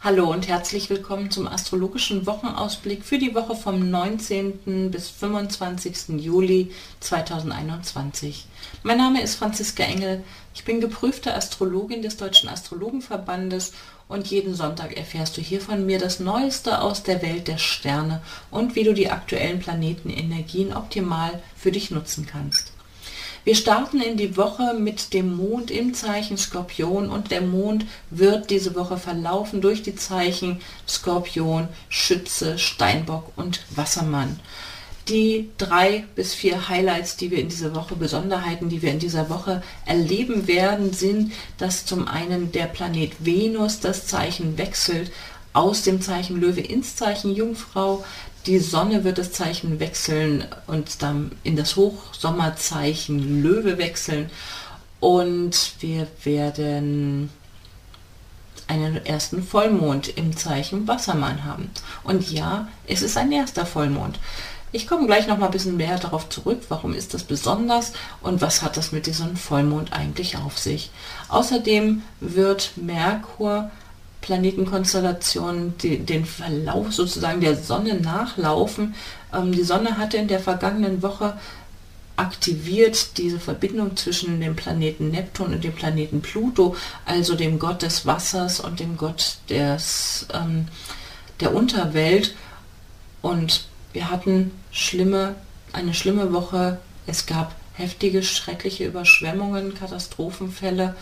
Hallo und herzlich willkommen zum astrologischen Wochenausblick für die Woche vom 19. bis 25. Juli 2021. Mein Name ist Franziska Engel, ich bin geprüfte Astrologin des Deutschen Astrologenverbandes und jeden Sonntag erfährst du hier von mir das Neueste aus der Welt der Sterne und wie du die aktuellen Planetenenergien optimal für dich nutzen kannst. Wir starten in die Woche mit dem Mond im Zeichen Skorpion und der Mond wird diese Woche verlaufen durch die Zeichen Skorpion, Schütze, Steinbock und Wassermann. Die 3 bis 4 Highlights, die wir in dieser Woche, Besonderheiten, die wir in dieser Woche erleben werden, sind, dass zum einen der Planet Venus das Zeichen wechselt, aus dem Zeichen Löwe ins Zeichen Jungfrau. Die Sonne wird das Zeichen wechseln und dann in das Hochsommerzeichen Löwe wechseln. Und wir werden einen ersten Vollmond im Zeichen Wassermann haben. Und ja, es ist ein erster Vollmond. Ich komme gleich noch mal ein bisschen mehr darauf zurück, warum ist das besonders und was hat das mit diesem Vollmond eigentlich auf sich. Außerdem wird Merkur Planetenkonstellationen den Verlauf sozusagen der Sonne nachlaufen. Die Sonne hatte in der vergangenen Woche aktiviert diese Verbindung zwischen dem Planeten Neptun und dem Planeten Pluto, also dem Gott des Wassers und dem Gott der Unterwelt. Und wir hatten eine schlimme Woche. Es gab heftige, schreckliche Überschwemmungen, Katastrophenfälle.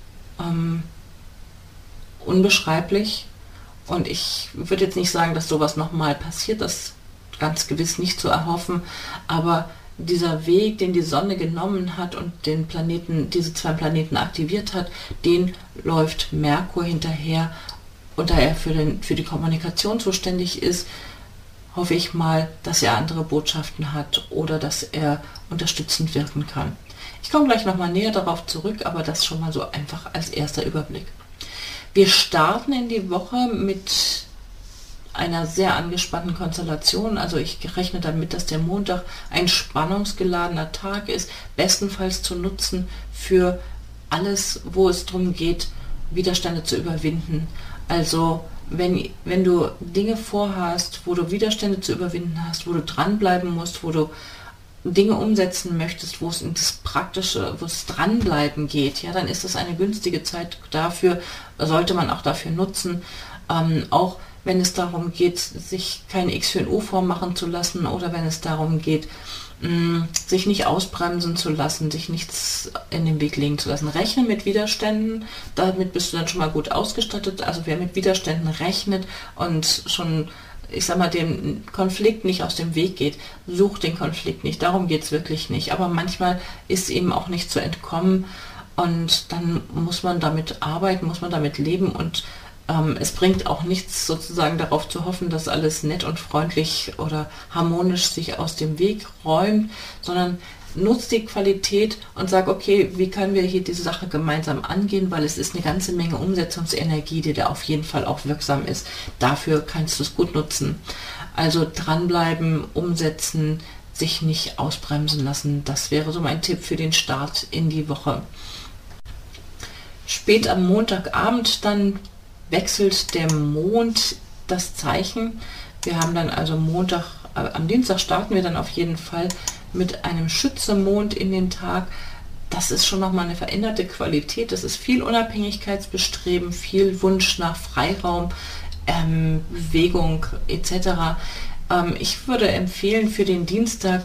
Unbeschreiblich, und ich würde jetzt nicht sagen, dass sowas nochmal passiert, das ganz gewiss nicht zu erhoffen, aber dieser Weg, den die Sonne genommen hat und diese 2 Planeten aktiviert hat, den läuft Merkur hinterher, und da er für die Kommunikation zuständig ist, hoffe ich mal, dass er andere Botschaften hat oder dass er unterstützend wirken kann. Ich komme gleich nochmal näher darauf zurück, aber das schon mal so einfach als erster Überblick. Wir starten in die Woche mit einer sehr angespannten Konstellation. Also ich rechne damit, dass der Montag ein spannungsgeladener Tag ist, bestenfalls zu nutzen für alles, wo es darum geht, Widerstände zu überwinden. Also wenn du Dinge vorhast, wo du Widerstände zu überwinden hast, wo du dranbleiben musst, wo du Dinge umsetzen möchtest, wo es in das Praktische, wo es dranbleiben geht, ja, dann ist das eine günstige Zeit dafür, sollte man auch dafür nutzen, auch wenn es darum geht, sich keine X für ein U vormachen zu lassen oder wenn es darum geht, sich nicht ausbremsen zu lassen, sich nichts in den Weg legen zu lassen. Rechne mit Widerständen, damit bist du dann schon mal gut ausgestattet. Also wer mit Widerständen rechnet und schon, ich sag mal, dem Konflikt nicht aus dem Weg geht, sucht den Konflikt nicht, darum geht es wirklich nicht. Aber manchmal ist eben auch nicht zu entkommen und dann muss man damit arbeiten, muss man damit leben und es bringt auch nichts sozusagen darauf zu hoffen, dass alles nett und freundlich oder harmonisch sich aus dem Weg räumt, sondern nutzt die Qualität und sag, okay, wie können wir hier diese Sache gemeinsam angehen, weil es ist eine ganze Menge Umsetzungsenergie, die da auf jeden Fall auch wirksam ist. Dafür kannst du es gut nutzen. Also dranbleiben, umsetzen, sich nicht ausbremsen lassen. Das wäre so mein Tipp für den Start in die Woche. Spät am Montagabend dann wechselt der Mond das Zeichen. Wir haben dann also am Dienstag starten wir dann auf jeden Fall mit einem Schütze-Mond in den Tag. Das ist schon nochmal eine veränderte Qualität. Das ist viel Unabhängigkeitsbestreben, viel Wunsch nach Freiraum, Bewegung etc. Ich würde empfehlen für den Dienstag,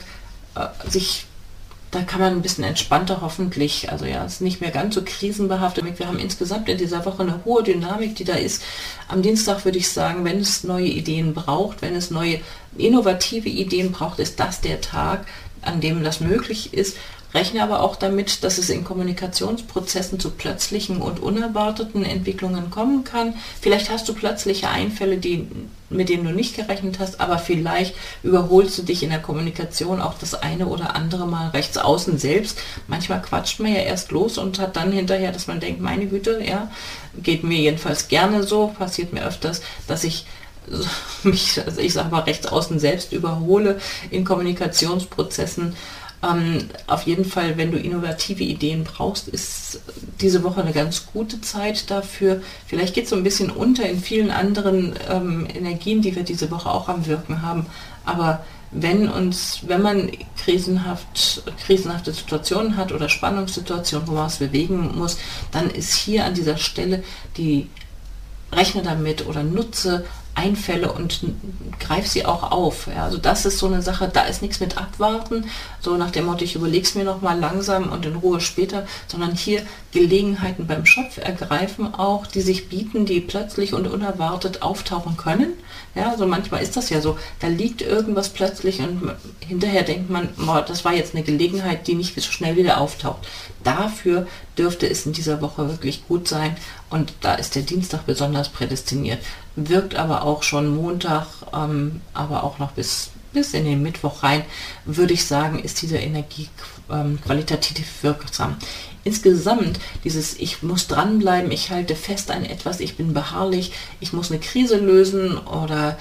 da kann man ein bisschen entspannter hoffentlich, also ja, es ist nicht mehr ganz so krisenbehaftet. Wir haben insgesamt in dieser Woche eine hohe Dynamik, die da ist. Am Dienstag würde ich sagen, wenn es neue Ideen braucht, wenn es neue innovative Ideen braucht, ist das der Tag, an dem das möglich ist. Rechne aber auch damit, dass es in Kommunikationsprozessen zu plötzlichen und unerwarteten Entwicklungen kommen kann. Vielleicht hast du plötzliche Einfälle, mit denen du nicht gerechnet hast, aber vielleicht überholst du dich in der Kommunikation auch das eine oder andere Mal rechts außen selbst. Manchmal quatscht man ja erst los und hat dann hinterher, dass man denkt, meine Güte, ja, geht mir jedenfalls gerne so, passiert mir öfters, dass ich mich, also ich sage mal, rechts außen selbst überhole in Kommunikationsprozessen. Auf jeden Fall, wenn du innovative Ideen brauchst, ist diese Woche eine ganz gute Zeit dafür. Vielleicht geht es so ein bisschen unter in vielen anderen Energien, die wir diese Woche auch am Wirken haben. Aber wenn man krisenhafte Situationen hat oder Spannungssituationen, wo man was bewegen muss, dann ist hier an dieser Stelle rechne damit oder nutze Einfälle und greif sie auch auf. Ja, also das ist so eine Sache, da ist nichts mit abwarten, so nach dem Motto, ich überlege es mir nochmal langsam und in Ruhe später, sondern hier Gelegenheiten beim Schopf ergreifen auch, die sich bieten, die plötzlich und unerwartet auftauchen können. Ja, also manchmal ist das ja so, da liegt irgendwas plötzlich und hinterher denkt man, boah, das war jetzt eine Gelegenheit, die nicht so schnell wieder auftaucht. Dafür dürfte es in dieser Woche wirklich gut sein und da ist der Dienstag besonders prädestiniert. Wirkt aber auch schon Montag, aber auch noch bis in den Mittwoch rein, würde ich sagen, ist diese Energie qualitativ wirksam. Insgesamt dieses ich muss dranbleiben, ich halte fest an etwas, ich bin beharrlich, ich muss eine Krise lösen oder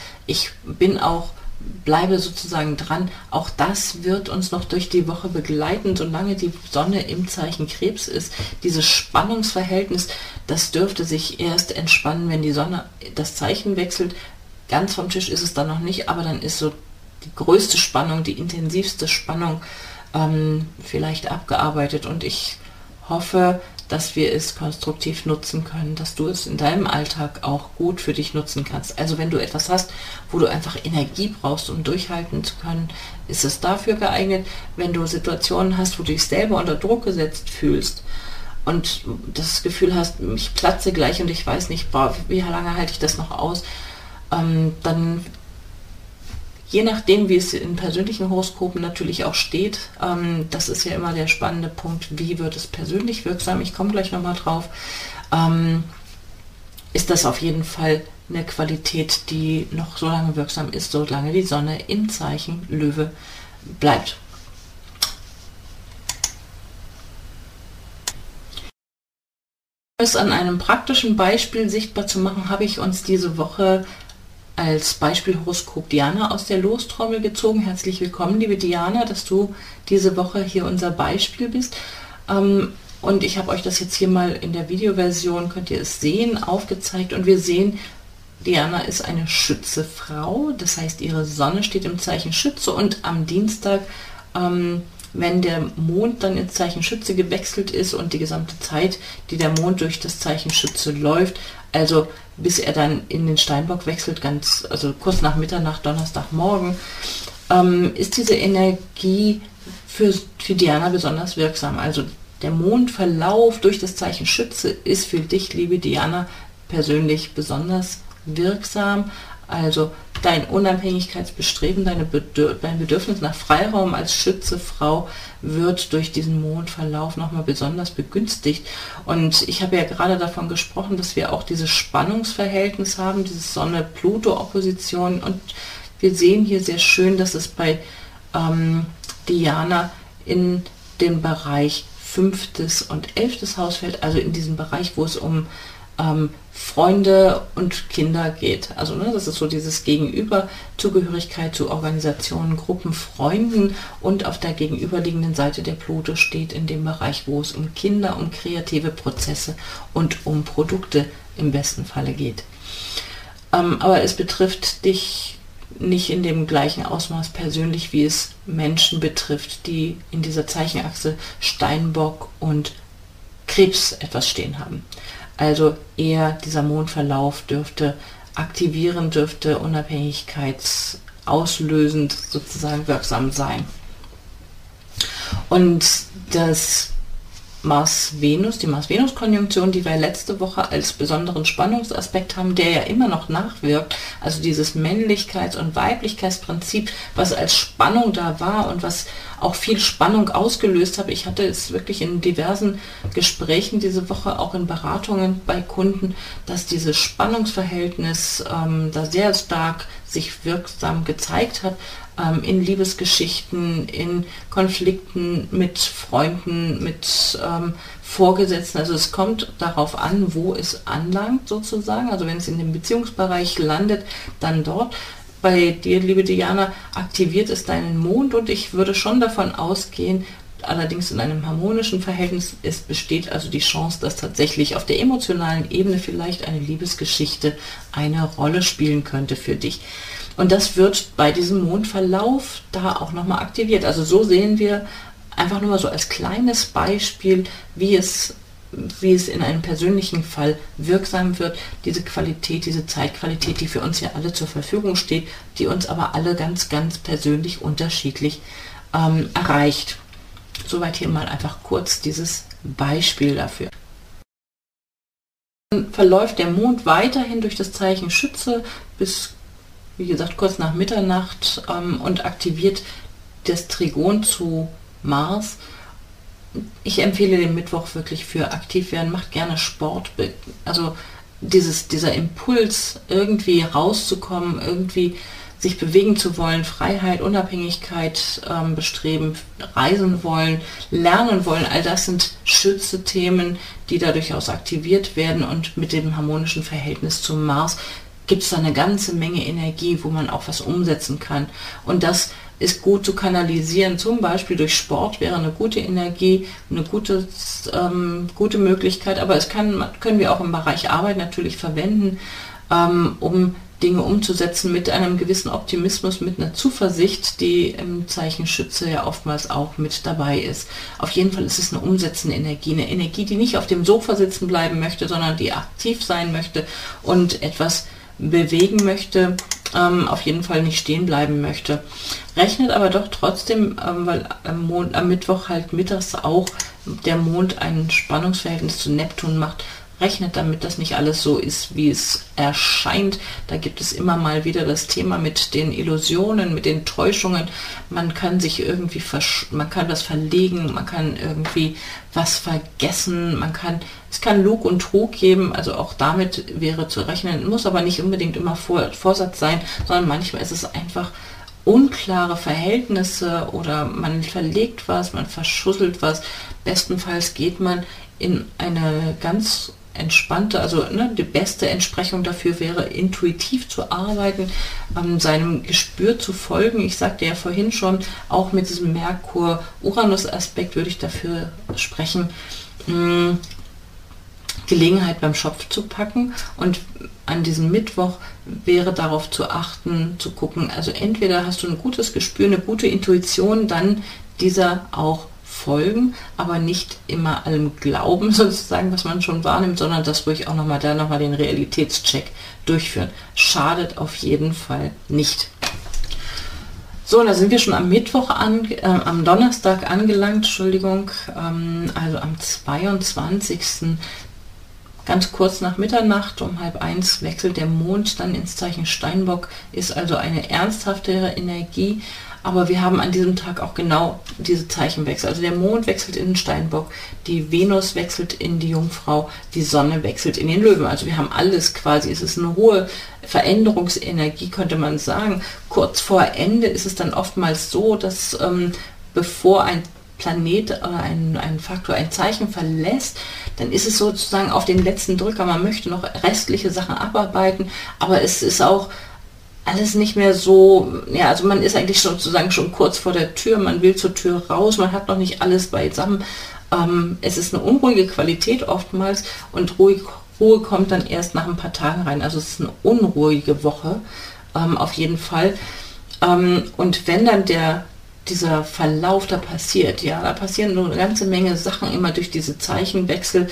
bleibe sozusagen dran, auch das wird uns noch durch die Woche begleiten, solange die Sonne im Zeichen Krebs ist. Dieses Spannungsverhältnis, das dürfte sich erst entspannen, wenn die Sonne das Zeichen wechselt. Ganz vom Tisch ist es dann noch nicht, aber dann ist so die größte Spannung, die intensivste Spannung vielleicht abgearbeitet und ich hoffe, dass wir es konstruktiv nutzen können, dass du es in deinem Alltag auch gut für dich nutzen kannst. Also wenn du etwas hast, wo du einfach Energie brauchst, um durchhalten zu können, ist es dafür geeignet. Wenn du Situationen hast, wo du dich selber unter Druck gesetzt fühlst und das Gefühl hast, ich platze gleich und ich weiß nicht, wie lange halte ich das noch aus, dann je nachdem, wie es in persönlichen Horoskopen natürlich auch steht, das ist ja immer der spannende Punkt, wie wird es persönlich wirksam, ich komme gleich nochmal drauf, ist das auf jeden Fall eine Qualität, die noch so lange wirksam ist, solange die Sonne im Zeichen Löwe bleibt. Um es an einem praktischen Beispiel sichtbar zu machen, habe ich uns diese Woche als Beispiel Horoskop Diana aus der Lostrommel gezogen. Herzlich willkommen, liebe Diana, dass du diese Woche hier unser Beispiel bist. Und ich habe euch das jetzt hier mal in der Videoversion, könnt ihr es sehen, aufgezeigt. Und wir sehen, Diana ist eine Schütze-Frau. Das heißt, ihre Sonne steht im Zeichen Schütze und am Dienstag, wenn der Mond dann ins Zeichen Schütze gewechselt ist und die gesamte Zeit, die der Mond durch das Zeichen Schütze läuft, also bis er dann in den Steinbock wechselt, also kurz nach Mitternacht, Donnerstagmorgen, ist diese Energie für Diana besonders wirksam. Also der Mondverlauf durch das Zeichen Schütze ist für dich, liebe Diana, persönlich besonders wirksam. Also dein Unabhängigkeitsbestreben, dein Bedürfnis nach Freiraum als Schütze-Frau wird durch diesen Mondverlauf nochmal besonders begünstigt. Und ich habe ja gerade davon gesprochen, dass wir auch dieses Spannungsverhältnis haben, diese Sonne-Pluto-Opposition. Und wir sehen hier sehr schön, dass es bei Diana in den Bereich 5. und 11. Haus fällt, also in diesem Bereich, wo es um Freunde und Kinder geht. Also das ist so dieses Gegenüber, Zugehörigkeit zu Organisationen, Gruppen, Freunden und auf der gegenüberliegenden Seite der Pluto steht in dem Bereich, wo es um Kinder, um kreative Prozesse und um Produkte im besten Falle geht. Aber es betrifft dich nicht in dem gleichen Ausmaß persönlich, wie es Menschen betrifft, die in dieser Zeichenachse Steinbock und Krebs etwas stehen haben. Also eher dieser Mondverlauf dürfte unabhängigkeitsauslösend sozusagen wirksam sein. Und die Mars-Venus-Konjunktion, die wir letzte Woche als besonderen Spannungsaspekt haben, der ja immer noch nachwirkt, also dieses Männlichkeits- und Weiblichkeitsprinzip, was als Spannung da war und was auch viel Spannung ausgelöst hat. Ich hatte es wirklich in diversen Gesprächen diese Woche, auch in Beratungen bei Kunden, dass dieses Spannungsverhältnis da sehr stark sich wirksam gezeigt hat, in Liebesgeschichten, in Konflikten mit Freunden, mit Vorgesetzten. Also es kommt darauf an, wo es anlangt sozusagen. Also wenn es in dem Beziehungsbereich landet, dann dort. bei dir, liebe Diana, aktiviert es deinen Mond und ich würde schon davon ausgehen, allerdings in einem harmonischen Verhältnis, es besteht also die Chance, dass tatsächlich auf der emotionalen Ebene vielleicht eine Liebesgeschichte eine Rolle spielen könnte für dich. Und das wird bei diesem Mondverlauf da auch nochmal aktiviert. Also so sehen wir einfach nur mal so als kleines Beispiel, wie es in einem persönlichen Fall wirksam wird, diese Qualität, diese Zeitqualität, die für uns ja alle zur Verfügung steht, die uns aber alle ganz, ganz persönlich unterschiedlich erreicht. Soweit hier mal einfach kurz dieses Beispiel dafür. Dann verläuft der Mond weiterhin durch das Zeichen Schütze bis, wie gesagt, kurz nach Mitternacht und aktiviert das Trigon zu Mars. Ich empfehle den Mittwoch wirklich für aktiv werden, macht gerne Sport, also dieser Impuls, irgendwie rauszukommen, irgendwie sich bewegen zu wollen, Freiheit, Unabhängigkeit bestreben, reisen wollen, lernen wollen, all das sind Schütze-Themen, die da durchaus aktiviert werden und mit dem harmonischen Verhältnis zum Mars gibt es da eine ganze Menge Energie, wo man auch was umsetzen kann. Und das ist gut zu kanalisieren, zum Beispiel durch Sport wäre eine gute Energie, eine gute Möglichkeit, aber können wir auch im Bereich Arbeit natürlich verwenden, um Dinge umzusetzen mit einem gewissen Optimismus, mit einer Zuversicht, die im Zeichen Schütze ja oftmals auch mit dabei ist. Auf jeden Fall ist es eine umsetzende Energie, die nicht auf dem Sofa sitzen bleiben möchte, sondern die aktiv sein möchte und etwas bewegen möchte, auf jeden Fall nicht stehen bleiben möchte. Rechnet aber doch trotzdem, weil am Mittwoch halt mittags auch der Mond ein Spannungsverhältnis zu Neptun macht, rechnet damit, dass nicht alles so ist, wie es erscheint. Da gibt es immer mal wieder das Thema mit den Illusionen, mit den Täuschungen. Man kann sich irgendwie, man kann was verlegen, man kann irgendwie was vergessen, es kann Lug und Trug geben, also auch damit wäre zu rechnen, muss aber nicht unbedingt immer Vorsatz sein, sondern manchmal ist es einfach unklare Verhältnisse oder man verlegt was, man verschusselt was. Bestenfalls geht man in eine ganz entspannte, also die beste Entsprechung dafür wäre, intuitiv zu arbeiten, seinem Gespür zu folgen. Ich sagte ja vorhin schon, auch mit diesem Merkur-Uranus-Aspekt würde ich dafür sprechen, Gelegenheit beim Schopf zu packen und an diesem Mittwoch wäre darauf zu achten, zu gucken, also entweder hast du ein gutes Gespür, eine gute Intuition, dann dieser auch folgen, aber nicht immer allem glauben sozusagen, was man schon wahrnimmt, sondern das ruhig auch nochmal den Realitätscheck durchführen. Schadet auf jeden Fall nicht. So, da sind wir schon am am Donnerstag angelangt, also am 22. Ganz kurz nach Mitternacht, um 12:30 wechselt der Mond dann ins Zeichen Steinbock, ist also eine ernsthaftere Energie, aber wir haben an diesem Tag auch genau diese Zeichenwechsel. Also der Mond wechselt in den Steinbock, die Venus wechselt in die Jungfrau, die Sonne wechselt in den Löwen. Also wir haben alles quasi, es ist eine hohe Veränderungsenergie, könnte man sagen. Kurz vor Ende ist es dann oftmals so, dass bevor ein Planet oder ein Faktor ein Zeichen verlässt, dann ist es sozusagen auf den letzten Drücker. Man möchte noch restliche Sachen abarbeiten, aber es ist auch alles nicht mehr so, ja, also man ist eigentlich sozusagen schon kurz vor der Tür, man will zur Tür raus, man hat noch nicht alles beisammen. Es ist eine unruhige Qualität oftmals und Ruhe kommt dann erst nach ein paar Tagen rein. Also es ist eine unruhige Woche, auf jeden Fall. Und wenn dann dieser Verlauf da passiert, ja, da passieren so eine ganze Menge Sachen immer durch diese Zeichenwechsel,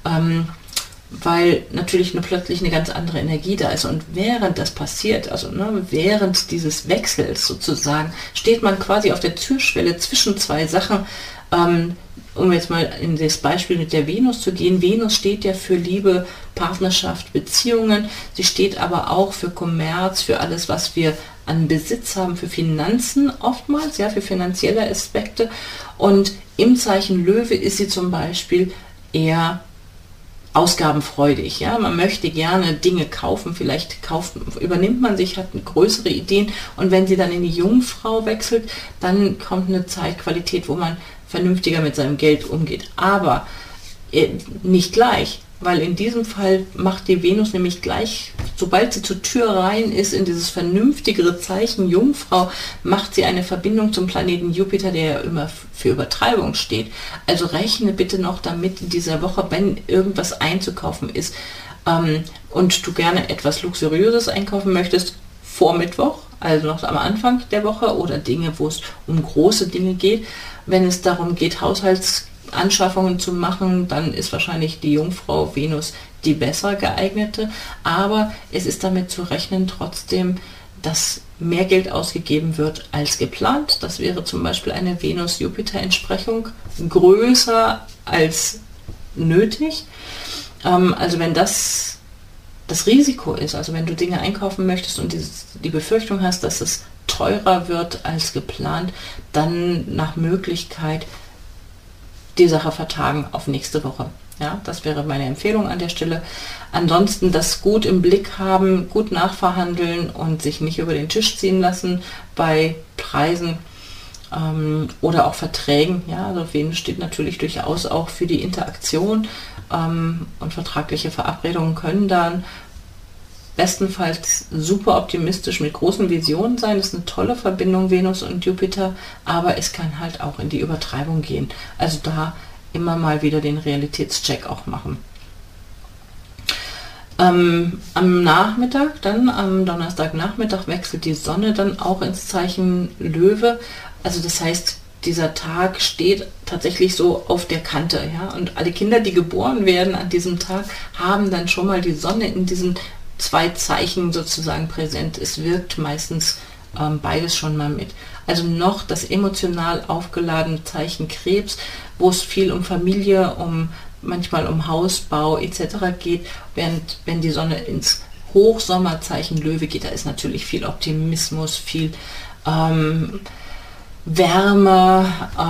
weil natürlich plötzlich eine ganz andere Energie da ist. Und während das passiert, also während dieses Wechsels sozusagen, steht man quasi auf der Türschwelle zwischen zwei Sachen, um jetzt mal in das Beispiel mit der Venus zu gehen. Venus steht ja für Liebe, Partnerschaft, Beziehungen. Sie steht aber auch für Kommerz, für alles, was wir an Besitz haben, für Finanzen oftmals, ja, für finanzielle Aspekte. Und im Zeichen Löwe ist sie zum Beispiel eher ausgabenfreudig, ja, man möchte gerne Dinge kaufen, übernimmt man sich, hat größere Ideen und wenn sie dann in die Jungfrau wechselt, dann kommt eine Zeitqualität, wo man vernünftiger mit seinem Geld umgeht, aber nicht gleich, weil in diesem Fall macht die Venus nämlich gleich sobald sie zur Tür rein ist in dieses vernünftigere Zeichen Jungfrau, macht sie eine Verbindung zum Planeten Jupiter, der ja immer für Übertreibung steht. Also rechne bitte noch damit in dieser Woche, wenn irgendwas einzukaufen ist und du gerne etwas Luxuriöses einkaufen möchtest, vor Mittwoch, also noch am Anfang der Woche, oder Dinge, wo es um große Dinge geht. Wenn es darum geht, Haushaltsanschaffungen zu machen, dann ist wahrscheinlich die Jungfrau Venus die besser geeignete. Aber es ist damit zu rechnen trotzdem, dass mehr Geld ausgegeben wird als geplant. Das wäre zum Beispiel eine Venus-Jupiter-Entsprechung, größer als nötig. Also wenn das Risiko ist, also wenn du Dinge einkaufen möchtest und die Befürchtung hast, dass es teurer wird als geplant, dann nach Möglichkeit die Sache vertagen auf nächste Woche. Ja, das wäre meine Empfehlung an der Stelle. Ansonsten das gut im Blick haben, gut nachverhandeln und sich nicht über den Tisch ziehen lassen bei Preisen oder auch Verträgen. Ja, also Venus steht natürlich durchaus auch für die Interaktion und vertragliche Verabredungen können dann bestenfalls super optimistisch mit großen Visionen sein. Das ist eine tolle Verbindung Venus und Jupiter, aber es kann halt auch in die Übertreibung gehen. Also da immer mal wieder den Realitätscheck auch machen. Am Nachmittag, dann am Donnerstagnachmittag, wechselt die Sonne dann auch ins Zeichen Löwe. Also das heißt, dieser Tag steht tatsächlich so auf der Kante, ja, und alle Kinder, die geboren werden an diesem Tag, haben dann schon mal die Sonne in diesen 2 Zeichen sozusagen präsent. Es wirkt meistens beides schon mal mit. Also noch das emotional aufgeladene Zeichen Krebs, wo es viel um Familie, manchmal um Hausbau etc. geht, während wenn die Sonne ins Hochsommerzeichen Löwe geht, da ist natürlich viel Optimismus, viel Wärme,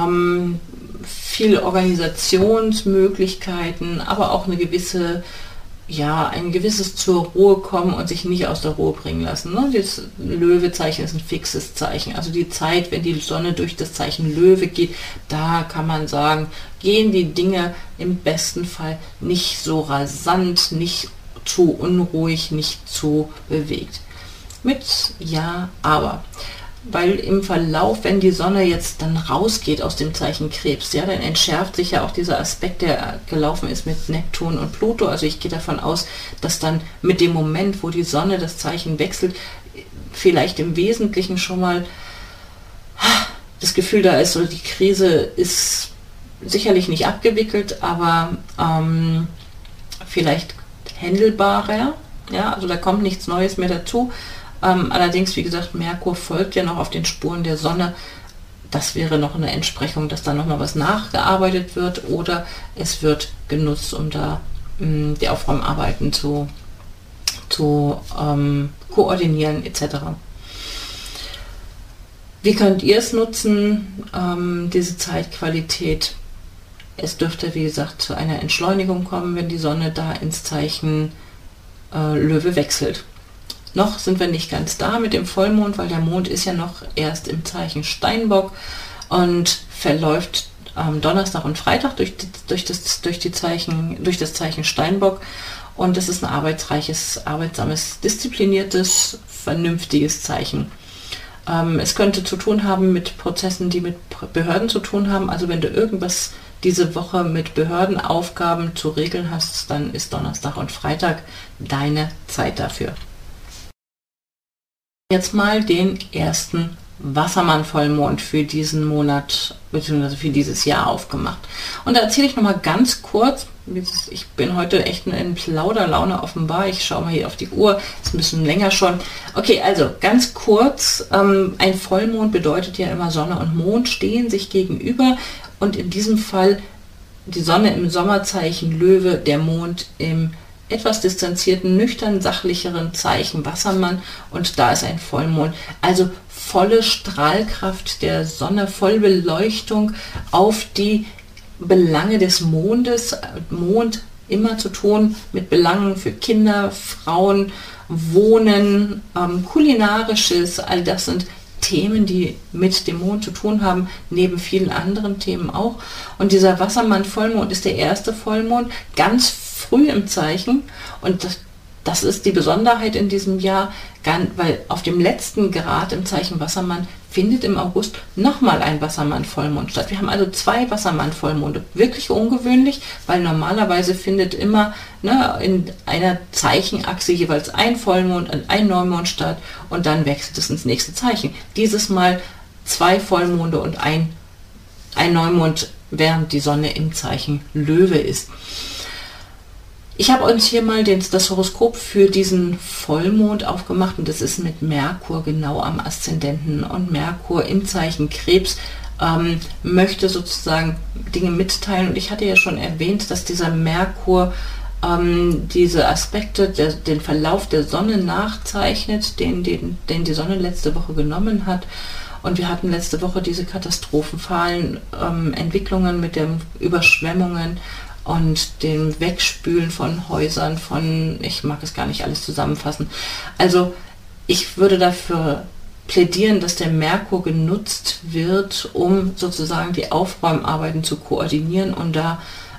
viele Organisationsmöglichkeiten, aber auch ein gewisses zur Ruhe kommen und sich nicht aus der Ruhe bringen lassen. Ne? Das Löwezeichen ist ein fixes Zeichen. Also die Zeit, wenn die Sonne durch das Zeichen Löwe geht, da kann man sagen, gehen die Dinge im besten Fall nicht so rasant, nicht zu unruhig, nicht zu bewegt. Mit Ja, aber. Weil im Verlauf, wenn die Sonne jetzt dann rausgeht aus dem Zeichen Krebs, ja, dann entschärft sich ja auch dieser Aspekt, der gelaufen ist mit Neptun und Pluto. Also ich gehe davon aus, dass dann mit dem Moment, wo die Sonne das Zeichen wechselt, vielleicht im Wesentlichen schon mal das Gefühl da ist, so die Krise ist sicherlich nicht abgewickelt, aber vielleicht händelbarer. Ja, also da kommt nichts Neues mehr dazu. Allerdings, wie gesagt, Merkur folgt ja noch auf den Spuren der Sonne. Das wäre noch eine Entsprechung, dass da nochmal was nachgearbeitet wird oder es wird genutzt, um da die Aufräumarbeiten zu koordinieren etc. Wie könnt ihr es nutzen, diese Zeitqualität? Es dürfte, wie gesagt, zu einer Entschleunigung kommen, wenn die Sonne da ins Zeichen Löwe wechselt. Noch sind wir nicht ganz da mit dem Vollmond, weil der Mond ist ja noch erst im Zeichen Steinbock und verläuft am Donnerstag und Freitag durch das Zeichen Steinbock. Und das ist ein arbeitsames, diszipliniertes, vernünftiges Zeichen. Es könnte zu tun haben mit Prozessen, die mit Behörden zu tun haben. Also wenn du irgendwas diese Woche mit Behördenaufgaben zu regeln hast, dann ist Donnerstag und Freitag deine Zeit dafür. Jetzt mal den ersten Wassermann-Vollmond für diesen Monat bzw. für dieses Jahr aufgemacht. Und da erzähle ich nochmal ganz kurz, ich bin heute echt in Plauderlaune offenbar, ich schaue mal hier auf die Uhr, ist ein bisschen länger schon. Okay, also ganz kurz, ein Vollmond bedeutet ja immer Sonne und Mond stehen sich gegenüber und in diesem Fall die Sonne im Sommerzeichen Löwe, der Mond im etwas distanzierten, nüchtern, sachlicheren Zeichen Wassermann und da ist ein Vollmond. Also volle Strahlkraft der Sonne, Vollbeleuchtung auf die Belange des Mondes. Mond immer zu tun mit Belangen für Kinder, Frauen, Wohnen, Kulinarisches, all das sind Themen, die mit dem Mond zu tun haben, neben vielen anderen Themen auch. Und dieser Wassermann-Vollmond ist der erste Vollmond, ganz früh im Zeichen und das ist die Besonderheit in diesem Jahr, weil auf dem letzten Grad im Zeichen Wassermann findet im August nochmal ein Wassermann-Vollmond statt. Wir haben also 2 Wassermann-Vollmonde. Wirklich ungewöhnlich, weil normalerweise findet immer in einer Zeichenachse jeweils ein Vollmond und ein Neumond statt und dann wechselt es ins nächste Zeichen. Dieses Mal 2 Vollmonde und ein Neumond, während die Sonne im Zeichen Löwe ist. Ich habe uns hier mal das Horoskop für diesen Vollmond aufgemacht und das ist mit Merkur genau am Aszendenten und Merkur im Zeichen Krebs möchte sozusagen Dinge mitteilen und ich hatte ja schon erwähnt, dass dieser Merkur diese Aspekte, den Verlauf der Sonne nachzeichnet, den die Sonne letzte Woche genommen hat. Und wir hatten letzte Woche diese katastrophalen Entwicklungen mit den Überschwemmungen und dem Wegspülen von Häusern, ich mag es gar nicht alles zusammenfassen. Also ich würde dafür plädieren, dass der Merkur genutzt wird, um sozusagen die Aufräumarbeiten zu koordinieren und da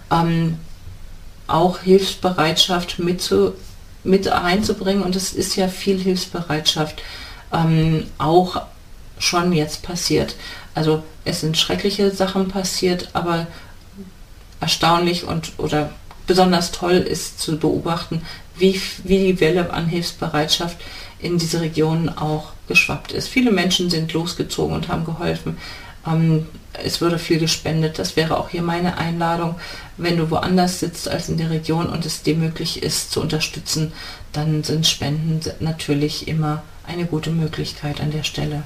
auch Hilfsbereitschaft mit reinzubringen. Und es ist ja viel Hilfsbereitschaft auch schon jetzt passiert. Also es sind schreckliche Sachen passiert, aber erstaunlich oder besonders toll ist zu beobachten, wie die Welle an Hilfsbereitschaft in diese Regionen auch geschwappt ist. Viele Menschen sind losgezogen und haben geholfen. Es würde viel gespendet. Das wäre auch hier meine Einladung. Wenn du woanders sitzt als in der Region und es dir möglich ist zu unterstützen, dann sind Spenden natürlich immer eine gute Möglichkeit an der Stelle.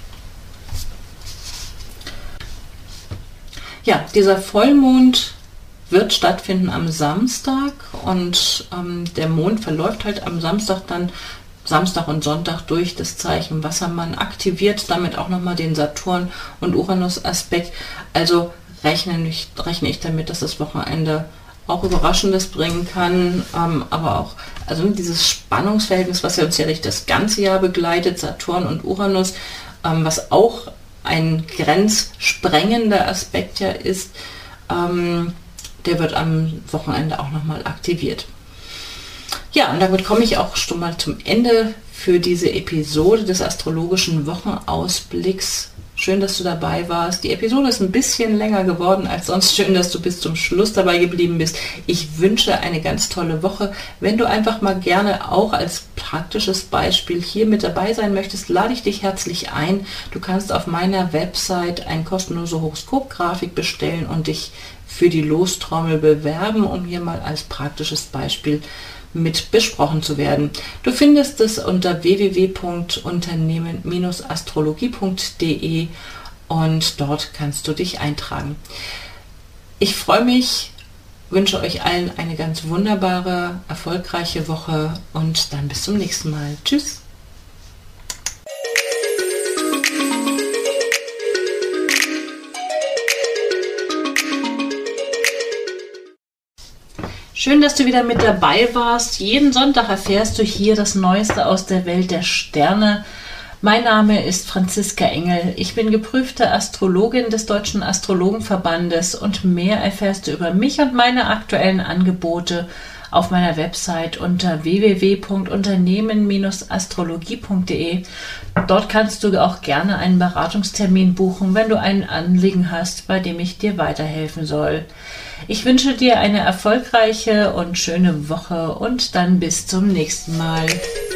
Ja, dieser Vollmond wird stattfinden am Samstag und der Mond verläuft halt am Samstag dann, Samstag und Sonntag durch das Zeichen Wassermann, aktiviert damit auch nochmal den Saturn- und Uranus-Aspekt. Also rechne ich damit, dass das Wochenende auch Überraschendes bringen kann, aber auch also dieses Spannungsverhältnis, was ja uns ja nicht das ganze Jahr begleitet, Saturn und Uranus, was auch ein grenzsprengender Aspekt ja ist, der wird am Wochenende auch nochmal aktiviert. Ja, und damit komme ich auch schon mal zum Ende für diese Episode des astrologischen Wochenausblicks. Schön, dass du dabei warst. Die Episode ist ein bisschen länger geworden als sonst. Schön, dass du bis zum Schluss dabei geblieben bist. Ich wünsche eine ganz tolle Woche. Wenn du einfach mal gerne auch als praktisches Beispiel hier mit dabei sein möchtest, lade ich dich herzlich ein. Du kannst auf meiner Website eine kostenlose Horoskopgrafik bestellen und dich für die Lostrommel bewerben, um hier mal als praktisches Beispiel mit besprochen zu werden. Du findest es unter www.unternehmen-astrologie.de und dort kannst du dich eintragen. Ich freue mich, wünsche euch allen eine ganz wunderbare, erfolgreiche Woche und dann bis zum nächsten Mal. Tschüss! Schön, dass du wieder mit dabei warst. Jeden Sonntag erfährst du hier das Neueste aus der Welt der Sterne. Mein Name ist Franziska Engel. Ich bin geprüfte Astrologin des Deutschen Astrologenverbandes und mehr erfährst du über mich und meine aktuellen Angebote auf meiner Website unter www.unternehmen-astrologie.de. Dort kannst du auch gerne einen Beratungstermin buchen, wenn du ein Anliegen hast, bei dem ich dir weiterhelfen soll. Ich wünsche dir eine erfolgreiche und schöne Woche und dann bis zum nächsten Mal.